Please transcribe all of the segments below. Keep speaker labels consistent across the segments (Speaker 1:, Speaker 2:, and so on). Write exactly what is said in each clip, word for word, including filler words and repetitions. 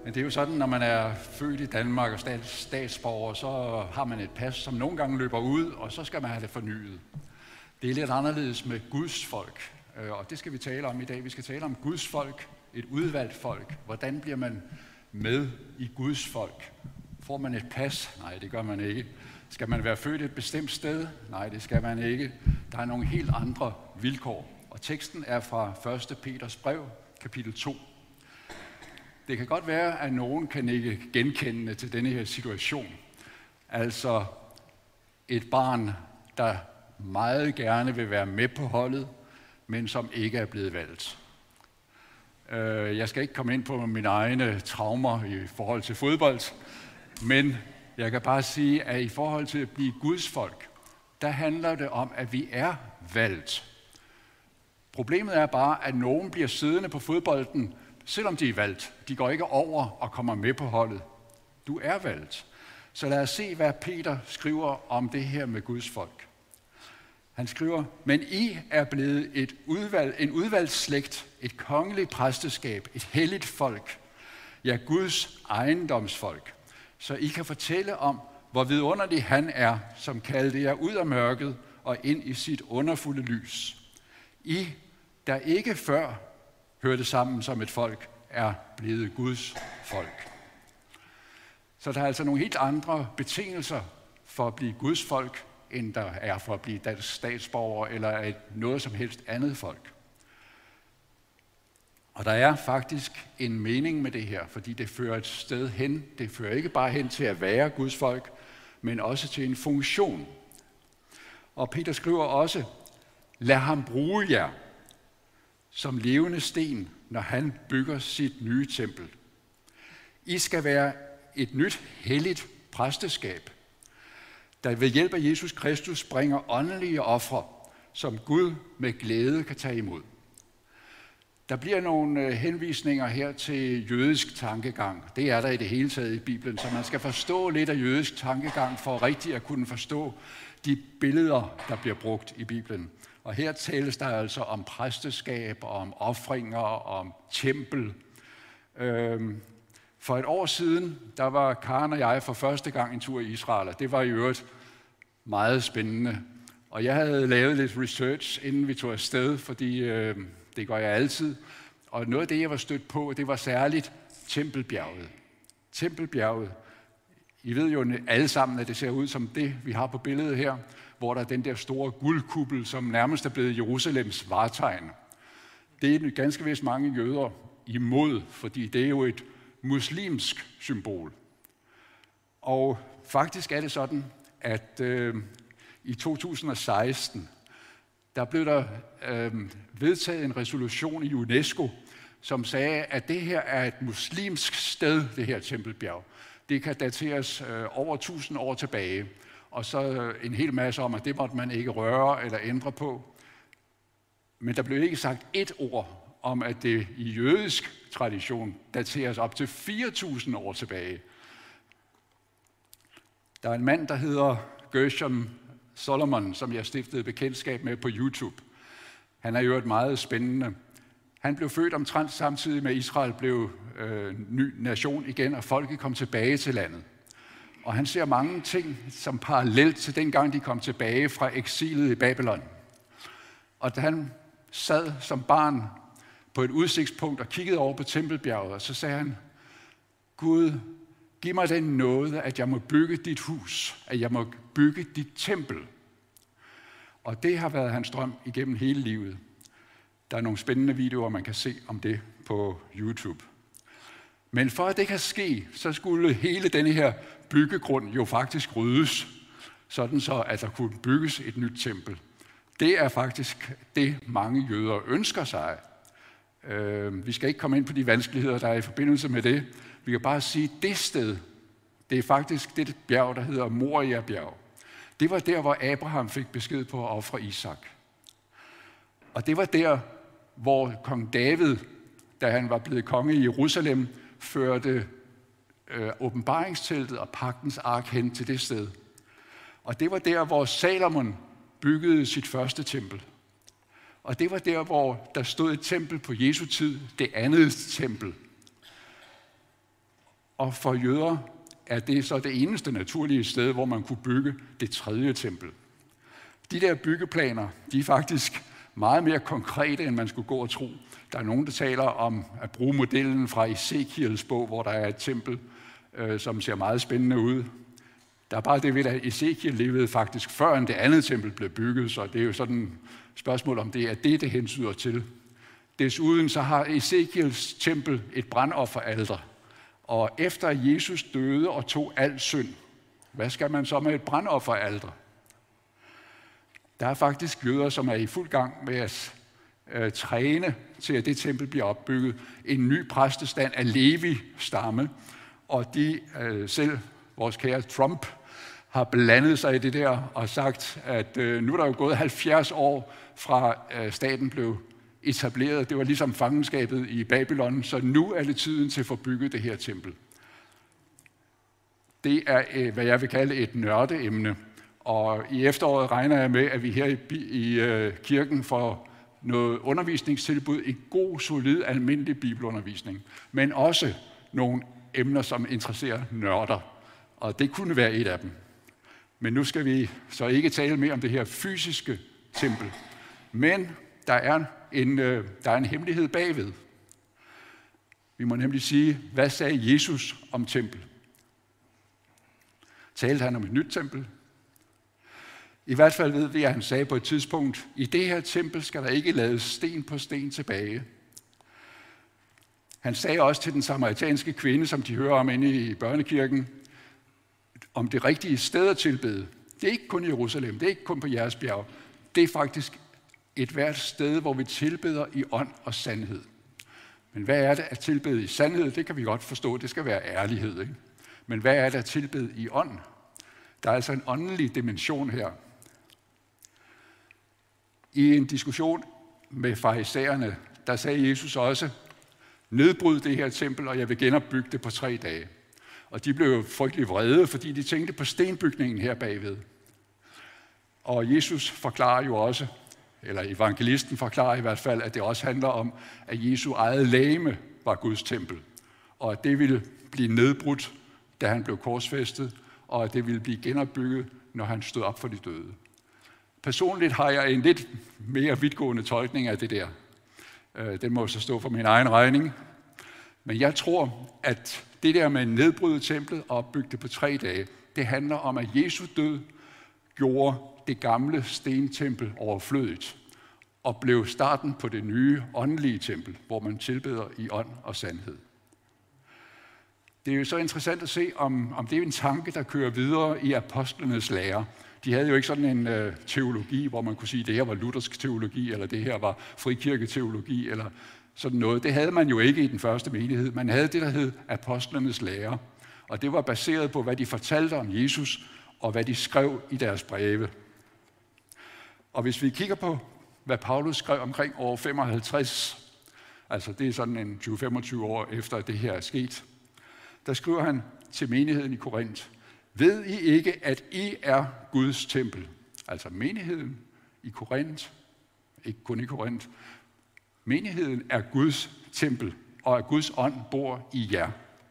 Speaker 1: Men det er jo sådan, når man er født i Danmark og statsborger, så har man et pas, som nogle gange løber ud, og så skal man have det fornyet. Det er lidt anderledes med Guds folk, og det skal vi tale om i dag. Vi skal tale om Guds folk, et udvalgt folk. Hvordan bliver man med i Guds folk? Får man et pas? Nej, det gør man ikke. Skal man være født et bestemt sted? Nej, det skal man ikke. Der er nogle helt andre vilkår. Og teksten er fra første Peters brev, kapitel to. Det kan godt være, at nogen kan ikke genkende til denne her situation. Altså et barn, der meget gerne vil være med på holdet, men som ikke er blevet valgt. Jeg skal ikke komme ind på mine egne traumer i forhold til fodbold, men jeg kan bare sige, at i forhold til at blive Guds folk, der handler det om, at vi er valgt. Problemet er bare, at nogen bliver siddende på fodbolden, selvom de er valgt. De går ikke over og kommer med på holdet. Du er valgt. Så lad os se, hvad Peter skriver om det her med Guds folk. Han skriver, men I er blevet et udvalg, en udvalgt slægt, et kongeligt præsteskab, et helligt folk, ja, Guds ejendomsfolk, så I kan fortælle om, hvor vidunderlig han er, som kaldte jer ud af mørket og ind i sit underfulde lys. I, der ikke før hørte sammen som et folk, er blevet Guds folk. Så der er altså nogle helt andre betingelser for at blive Guds folk, end der er for at blive dansk statsborger eller et noget som helst andet folk. Og der er faktisk en mening med det her, fordi det fører et sted hen. Det fører ikke bare hen til at være Guds folk, men også til en funktion. Og Peter skriver også, lad ham bruge jer som levende sten, når han bygger sit nye tempel. I skal være et nyt helligt præsteskab, der ved hjælp af Jesus Kristus bringer åndelige ofre, som Gud med glæde kan tage imod. Der bliver nogle henvisninger her til jødisk tankegang. Det er der i det hele taget i Bibelen, så man skal forstå lidt af jødisk tankegang for rigtigt at kunne forstå de billeder, der bliver brugt i Bibelen. Og her tales der altså om præsteskab, om ofringer, om tempel. For et år siden, der var Karen og jeg for første gang en tur i Israel, og det var i øvrigt meget spændende. Og jeg havde lavet lidt research, inden vi tog afsted, fordi øh, det gør jeg altid. Og noget af det, jeg var stødt på, det var særligt Tempelbjerget. Tempelbjerget. I ved jo alle sammen, at det ser ud som det, vi har på billedet her, hvor der er den der store guldkuppel, som nærmest er blevet Jerusalems vartegn. Det er ganske vist mange jøder imod, fordi det er jo et muslimsk symbol. Og faktisk er det sådan, at øh, i to tusind og seksten, der blev der øh, vedtaget en resolution i UNESCO, som sagde, at det her er et muslimsk sted, det her Tempelbjerg. Det kan dateres øh, over tusind år tilbage, og så en hel masse om, at det måtte man ikke røre eller ændre på. Men der blev ikke sagt ét ord om, at det i jødisk tradition dateres op til fire tusind år tilbage. Der er en mand, der hedder Gershom Solomon, som jeg stiftede bekendtskab med på YouTube. Han er jo et meget spændende. Han blev født omtrent samtidig med, at Israel blev øh, ny nation igen, og folket kom tilbage til landet. Og han ser mange ting som parallelt til dengang, de kom tilbage fra eksilet i Babylon. Og da han sad som barn på et udsigtspunkt og kiggede over på Tempelbjerget, og så sagde han, Gud, giv mig den nåde, at jeg må bygge dit hus, at jeg må bygge dit tempel. Og det har været hans drøm igennem hele livet. Der er nogle spændende videoer, man kan se om det på YouTube. Men for at det kan ske, så skulle hele denne her byggegrund jo faktisk ryddes, sådan så at der kunne bygges et nyt tempel. Det er faktisk det, mange jøder ønsker sig. Vi skal ikke komme ind på de vanskeligheder, der er i forbindelse med det. Vi kan bare sige, at det sted, det er faktisk det bjerg, der hedder Moria-bjerg. Det var der, hvor Abraham fik besked på at ofre Isak. Og det var der, hvor kong David, da han var blevet konge i Jerusalem, førte øh, åbenbaringsteltet og pagtens ark hen til det sted. Og det var der, hvor Salomon byggede sit første tempel. Og det var der, hvor der stod et tempel på Jesu tid, det andet tempel. Og for jøder er det så det eneste naturlige sted, hvor man kunne bygge det tredje tempel. De der byggeplaner, de er faktisk meget mere konkrete, end man skulle gå og tro. Der er nogen, der taler om at bruge modellen fra Ezekiels bog, hvor der er et tempel, øh, som ser meget spændende ud. Der er bare det ved, at Ezekiel levede faktisk før, end det andet tempel blev bygget, så det er jo sådan et spørgsmål, om det er det, det hensyder til. Desuden så har Ezekiels tempel et brandofferalter, og efter Jesus døde og tog al synd, hvad skal man så med et brandofferalter? Der er faktisk jøder, som er i fuld gang med at øh, træne til, at det tempel bliver opbygget. En ny præstestand af Levi-stamme, og de øh, selv, vores kære Trump, har blandet sig i det der og sagt, at øh, nu er der jo gået halvfjerds år fra øh, staten blev etableret. Det var ligesom fangenskabet i Babylon, så nu er det tiden til at få bygget det her tempel. Det er, øh, hvad jeg vil kalde et nørdeemne. Og i efteråret regner jeg med, at vi her i, i øh, kirken får noget undervisningstilbud, en god, solid, almindelig bibelundervisning, men også nogle emner, som interesserer nørder. Og det kunne være et af dem. Men nu skal vi så ikke tale mere om det her fysiske tempel. Men der er en, øh, der er en hemmelighed bagved. Vi må nemlig sige, hvad sagde Jesus om tempel? Talte han om et nyt tempel? I hvert fald ved vi, at han sagde på et tidspunkt, i det her tempel skal der ikke lades sten på sten tilbage. Han sagde også til den samaritanske kvinde, som de hører om inde i børnekirken, om det rigtige sted at tilbede. Det er ikke kun i Jerusalem, det er ikke kun på jeres bjerg. Det er faktisk et hvert sted, hvor vi tilbeder i ånd og sandhed. Men hvad er det at tilbede i sandhed? Det kan vi godt forstå, det skal være ærlighed, ikke? Men hvad er det at tilbede i ånd? Der er altså en åndelig dimension her. I en diskussion med farisæerne, der sagde Jesus også, nedbryd det her tempel, og jeg vil genopbygge det på tre dage. Og de blev frygtelig vrede, fordi de tænkte på stenbygningen her bagved. Og Jesus forklarer jo også, eller evangelisten forklarer i hvert fald, at det også handler om, at Jesu eget legeme var Guds tempel. Og at det ville blive nedbrudt, da han blev korsfæstet, og at det ville blive genopbygget, når han stod op for de døde. Personligt har jeg en lidt mere vidtgående tolkning af det der. Den må så stå for min egen regning. Men jeg tror, at det der med at nedbryde templet og opbygge det på tre dage, det handler om, at Jesu død gjorde det gamle stentempel overflødigt og blev starten på det nye åndelige tempel, hvor man tilbeder i ånd og sandhed. Det er jo så interessant at se, om, om det er en tanke, der kører videre i apostlenes lære. De havde jo ikke sådan en øh, teologi, hvor man kunne sige, at det her var luthersk teologi, eller det her var frikirketeologi, eller sådan noget. Det havde man jo ikke i den første menighed. Man havde det, der hed apostlenes lære. Og det var baseret på, hvad de fortalte om Jesus, og hvad de skrev i deres breve. Og hvis vi kigger på, hvad Paulus skrev omkring år femoghalvtreds, altså det er sådan en tyve til femogtyve år efter, at det her er sket, der skriver han til menigheden i Korinth, ved I ikke, at I er Guds tempel? Altså menigheden i Korinth, ikke kun i Korinth. Menigheden er Guds tempel, og at Guds ånd bor i jer.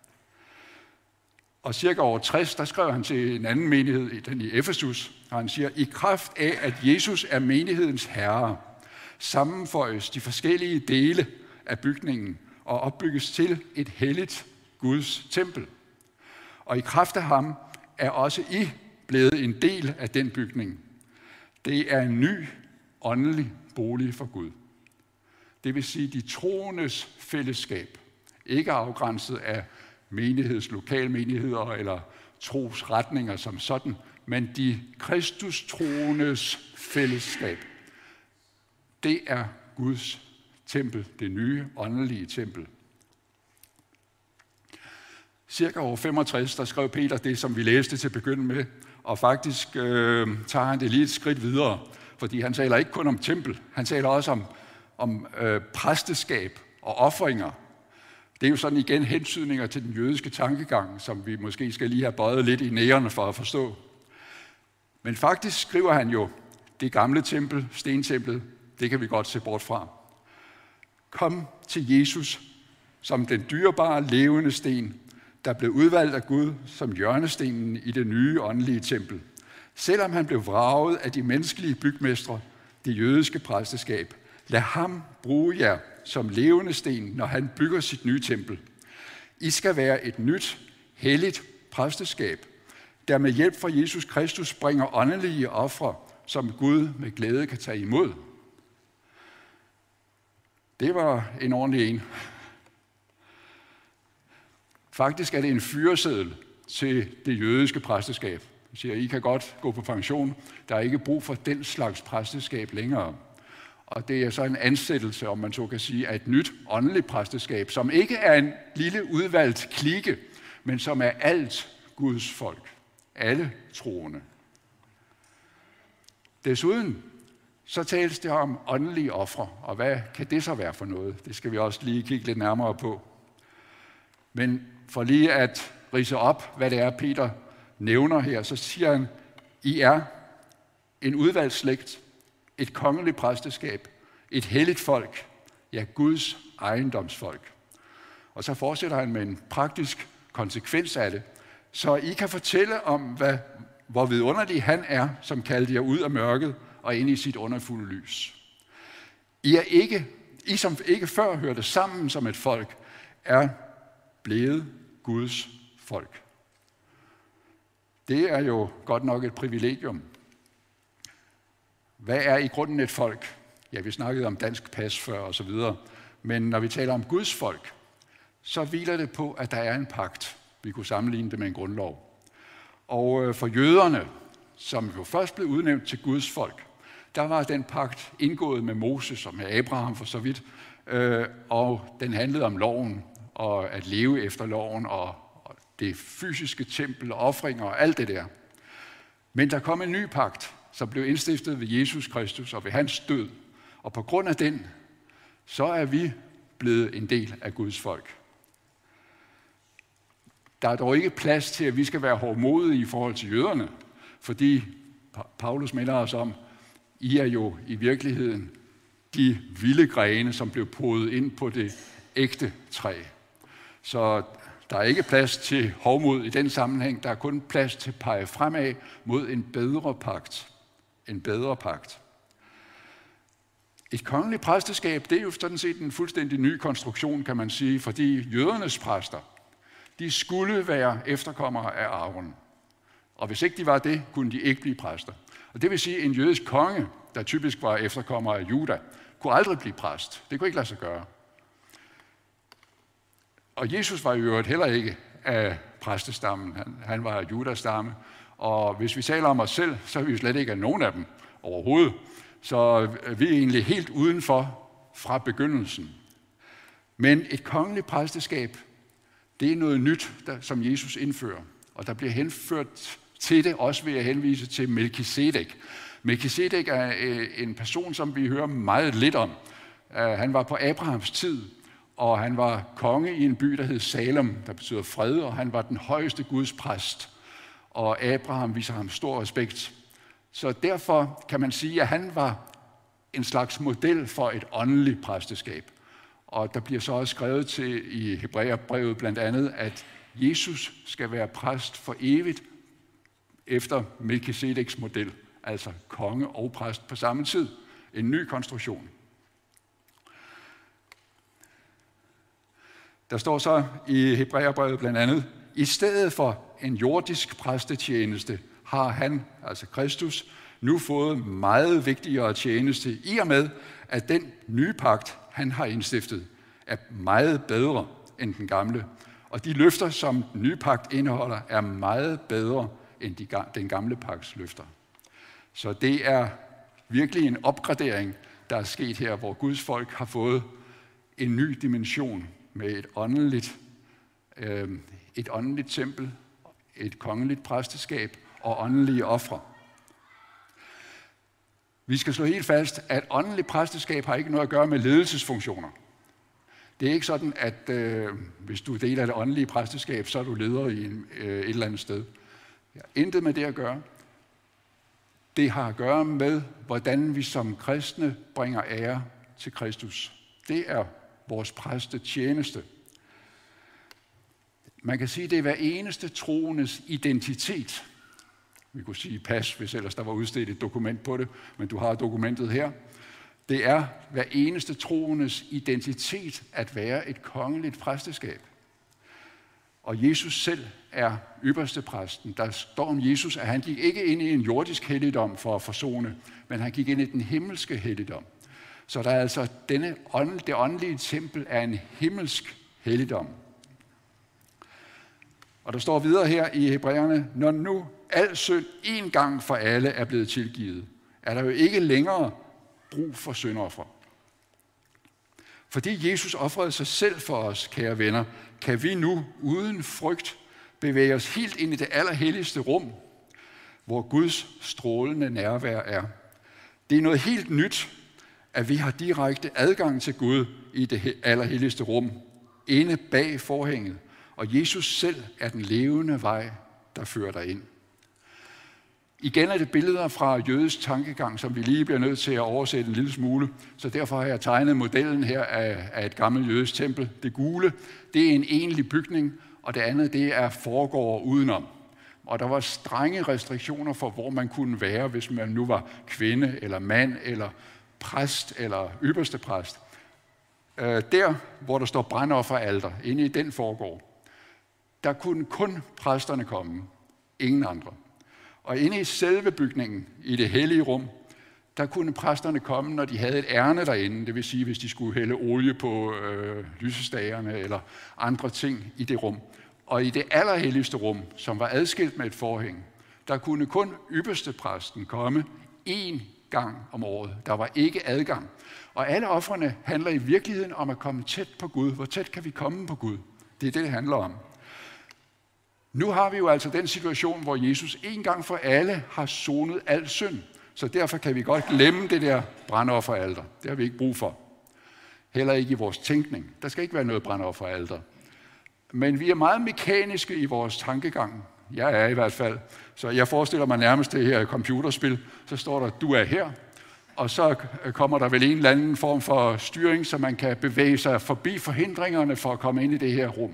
Speaker 1: Og cirka år tres, der skrev han til en anden menighed, den i Efesus, og han siger, i kraft af, at Jesus er menighedens herre, sammenføjes de forskellige dele af bygningen og opbygges til et helligt Guds tempel. Og i kraft af ham er også I blevet en del af den bygning. Det er en ny åndelig bolig for Gud. Det vil sige de troendes fællesskab, ikke afgrænset af menigheds, lokalmenigheder eller trosretninger som sådan, men de Kristus troendes fællesskab. Det er Guds tempel, det nye åndelige tempel. Cirka år femogtres, der skrev Peter det, som vi læste til at begynde med, og faktisk øh, tager han det lige et skridt videre, fordi han taler ikke kun om tempel, han taler også om, om øh, præsteskab og ofringer. Det er jo sådan igen hensydninger til den jødiske tankegang, som vi måske skal lige have bøjet lidt i nærerne for at forstå. Men faktisk skriver han jo, det gamle tempel, stentemplet, det kan vi godt se bort fra. Kom til Jesus som den dyrebare levende sten, der blev udvalgt af Gud som hjørnestenen i det nye åndelige tempel. Selvom han blev vraget af de menneskelige bygmestre, det jødiske præsteskab, lad ham bruge jer som levende sten, når han bygger sit nye tempel. I skal være et nyt, helligt præsteskab, der med hjælp fra Jesus Kristus bringer åndelige ofre, som Gud med glæde kan tage imod. Det var en ordentlig en. Faktisk er det en fyreseddel til det jødiske præsteskab. Jeg siger, I kan godt gå på pension. Der er ikke brug for den slags præsteskab længere. Og det er så en ansættelse, om man så kan sige, af et nyt åndeligt præsteskab, som ikke er en lille udvalgt klike, men som er alt Guds folk. Alle troende. Desuden så tales det om åndelige ofre, og hvad kan det så være for noget? Det skal vi også lige kigge lidt nærmere på. Men for lige at ridse op, hvad det er, Peter nævner her, så siger han, I er en udvalgt slægt, et kongeligt præsteskab, et helligt folk, ja, Guds ejendomsfolk. Og så fortsætter han med en praktisk konsekvens af det, så I kan fortælle om, hvad, hvor vidunderlig han er, som kaldte jer ud af mørket og ind i sit underfulde lys. I, er ikke, I som ikke før hørte sammen som et folk, er blevet Guds folk. Det er jo godt nok et privilegium. Hvad er i grunden et folk? Ja, vi snakkede om dansk pas før og så videre. Men når vi taler om Guds folk, så hviler det på, at der er en pagt. Vi kunne sammenligne det med en grundlov. Og for jøderne, som jo først blev udnævnt til Guds folk, der var den pagt indgået med Moses og med Abraham for så vidt, og den handlede om loven og at leve efter loven og det fysiske tempel og ofringer og alt det der. Men der kom en ny pagt, som blev indstiftet ved Jesus Kristus og ved hans død. Og på grund af den, så er vi blevet en del af Guds folk. Der er dog ikke plads til, at vi skal være hårdmodige i forhold til jøderne, fordi Paulus minder os om, I er jo i virkeligheden de vilde grene, som blev podet ind på det ægte træ. Så der er ikke plads til hovmod i den sammenhæng. Der er kun plads til at pege fremad mod en bedre pagt. En bedre pagt. Et kongeligt præsteskab, det er jo sådan set en fuldstændig ny konstruktion, kan man sige, fordi jødernes præster, de skulle være efterkommere af Aaron. Og hvis ikke de var det, kunne de ikke blive præster. Og det vil sige, at en jødisk konge, der typisk var efterkommer af Juda, kunne aldrig blive præst. Det kunne ikke lade sig gøre. Og Jesus var i øvrigt heller ikke af præstestammen. Han, han var af Judas stamme. Og hvis vi taler om os selv, så er vi jo slet ikke af nogen af dem overhovedet. Så vi er egentlig helt udenfor fra begyndelsen. Men et kongeligt præsteskab, det er noget nyt, der, som Jesus indfører. Og der bliver henført til det, også ved at henvise til Melkisedek. Melkisedek er en person, som vi hører meget lidt om. Han var på Abrahams tid, og han var konge i en by, der hed Salem, der betyder fred, og han var den højeste Guds præst. Og Abraham viser ham stor respekt. Så derfor kan man sige, at han var en slags model for et åndeligt præsteskab. Og der bliver så også skrevet til i Hebræerbrevet blandt andet, at Jesus skal være præst for evigt efter Melkisedeks model, altså konge og præst på samme tid. En ny konstruktion. Der står så i Hebræerbrevet blandt andet, i stedet for en jordisk præstetjeneste har han, altså Kristus, nu fået meget vigtigere tjeneste, i og med, at den nye pagt, han har indstiftet, er meget bedre end den gamle. Og de løfter, som den nye pagt indeholder, er meget bedre end de, den gamle pagts løfter. Så det er virkelig en opgradering, der er sket her, hvor Guds folk har fået en ny dimension med et åndeligt, øh, et åndeligt tempel, et kongeligt præsteskab og åndelige ofre. Vi skal slå helt fast, at åndeligt præsteskab har ikke noget at gøre med ledelsesfunktioner. Det er ikke sådan, at øh, hvis du er del af det åndelige præsteskab, så er du leder i en, øh, et eller andet sted. Det har intet med det at gøre. Det har at gøre med, hvordan vi som kristne bringer ære til Kristus. Det er vores præstetjeneste. Man kan sige, at det er hver eneste troendes identitet. Vi kunne sige pas, hvis ellers der var udstedt et dokument på det, men du har dokumentet her. Det er hver eneste troendes identitet at være et kongeligt præsteskab. Og Jesus selv er ypperste præsten. Der står om Jesus, at han gik ikke ind i en jordisk helligdom for at forsone, men han gik ind i den himmelske helligdom. Så der er altså denne ånd, det åndelige tempel er en himmelsk helligdom. Og der står videre her i Hebræerne, når nu al synd en gang for alle er blevet tilgivet, er der jo ikke længere brug for syndoffer. Fordi Jesus ofrede sig selv for os, kære venner, kan vi nu uden frygt bevæge os helt ind i det allerhelligste rum, hvor Guds strålende nærvær er. Det er noget helt nyt, at vi har direkte adgang til Gud i det allerhelligste rum, inde bag forhænget, og Jesus selv er den levende vej, der fører dig ind. Igen er det billeder fra jødisk tankegang, som vi lige bliver nødt til at oversætte en lille smule, så derfor har jeg tegnet modellen her af, af et gammelt jødisk tempel. Det gule, det er en egentlig bygning, og det andet, det er foregård udenom. Og der var strenge restriktioner for, hvor man kunne være, hvis man nu var kvinde, eller mand, eller præst, eller ypperste præst. Der, hvor der står brandofferalter, inde i den foregård, der kunne kun præsterne komme, ingen andre. Og inde i selve bygningen, i det hellige rum, der kunne præsterne komme, når de havde et ærne derinde, det vil sige, hvis de skulle hælde olie på øh, lysestagerne eller andre ting i det rum. Og i det allerhelligste rum, som var adskilt med et forhæng, der kunne kun ypperste præsten komme én gang om året. Der var ikke adgang. Og alle ofrene handler i virkeligheden om at komme tæt på Gud. Hvor tæt kan vi komme på Gud? Det er det, det handler om. Nu har vi jo altså den situation, hvor Jesus en gang for alle har sonet al synd. Så derfor kan vi godt glemme det der brandofferalter. Det har vi ikke brug for. Heller ikke i vores tænkning. Der skal ikke være noget brandofferalter. Men vi er meget mekaniske i vores tankegang. Jeg er i hvert fald. Så jeg forestiller mig nærmest det her computerspil. Så står der, du er her. Og så kommer der vel en eller anden form for styring, så man kan bevæge sig forbi forhindringerne for at komme ind i det her rum.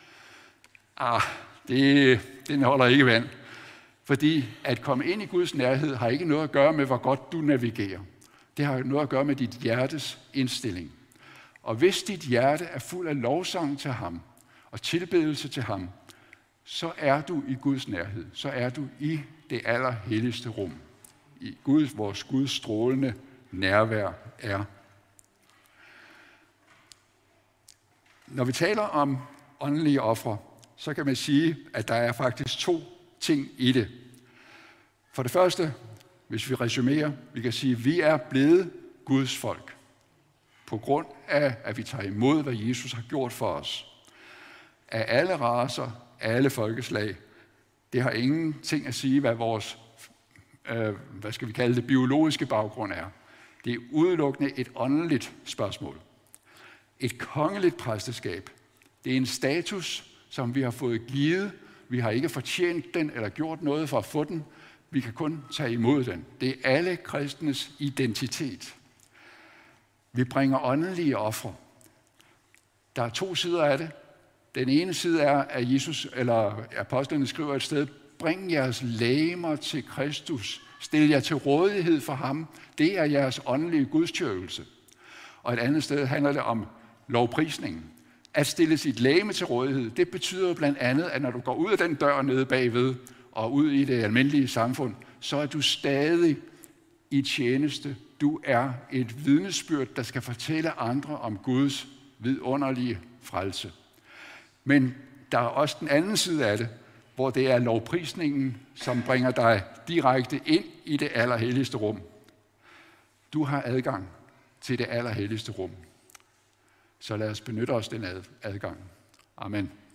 Speaker 1: Ah, det, det holder ikke vand. Fordi at komme ind i Guds nærhed har ikke noget at gøre med, hvor godt du navigerer. Det har noget at gøre med dit hjertes indstilling. Og hvis dit hjerte er fuld af lovsang til ham og tilbedelse til ham, så er du i Guds nærhed. Så er du i det allerhelligste rum. I Gud, vores Guds strålende nærvær er. Når vi taler om åndelige ofre, så kan man sige, at der er faktisk to ting i det. For det første, hvis vi resumerer, vi kan sige, at vi er blevet Guds folk. På grund af, at vi tager imod, hvad Jesus har gjort for os. Af alle racer, alle folkeslag. Det har ingenting at sige, hvad vores, øh, hvad skal vi kalde det, biologiske baggrund er. Det er udelukkende et åndeligt spørgsmål. Et kongeligt præsteskab. Det er en status, som vi har fået givet. Vi har ikke fortjent den eller gjort noget for at få den. Vi kan kun tage imod den. Det er alle kristnes identitet. Vi bringer åndelige ofre. Der er to sider af det. Den ene side er, at Jesus, eller apostlene skriver et sted, bring jeres legemer til Kristus. Stil jer til rådighed for ham. Det er jeres åndelige gudstyrkelse. Og et andet sted handler det om lovprisningen. At stille sit legeme til rådighed, det betyder blandt andet, at når du går ud af den dør nede bagved og ud i det almindelige samfund, så er du stadig i tjeneste. Du er et vidnesbyrd, der skal fortælle andre om Guds vidunderlige frelse. Men der er også den anden side af det, hvor det er lovprisningen, som bringer dig direkte ind i det allerhelligste rum. Du har adgang til det allerhelligste rum. Så lad os benytte os den adgang. Amen.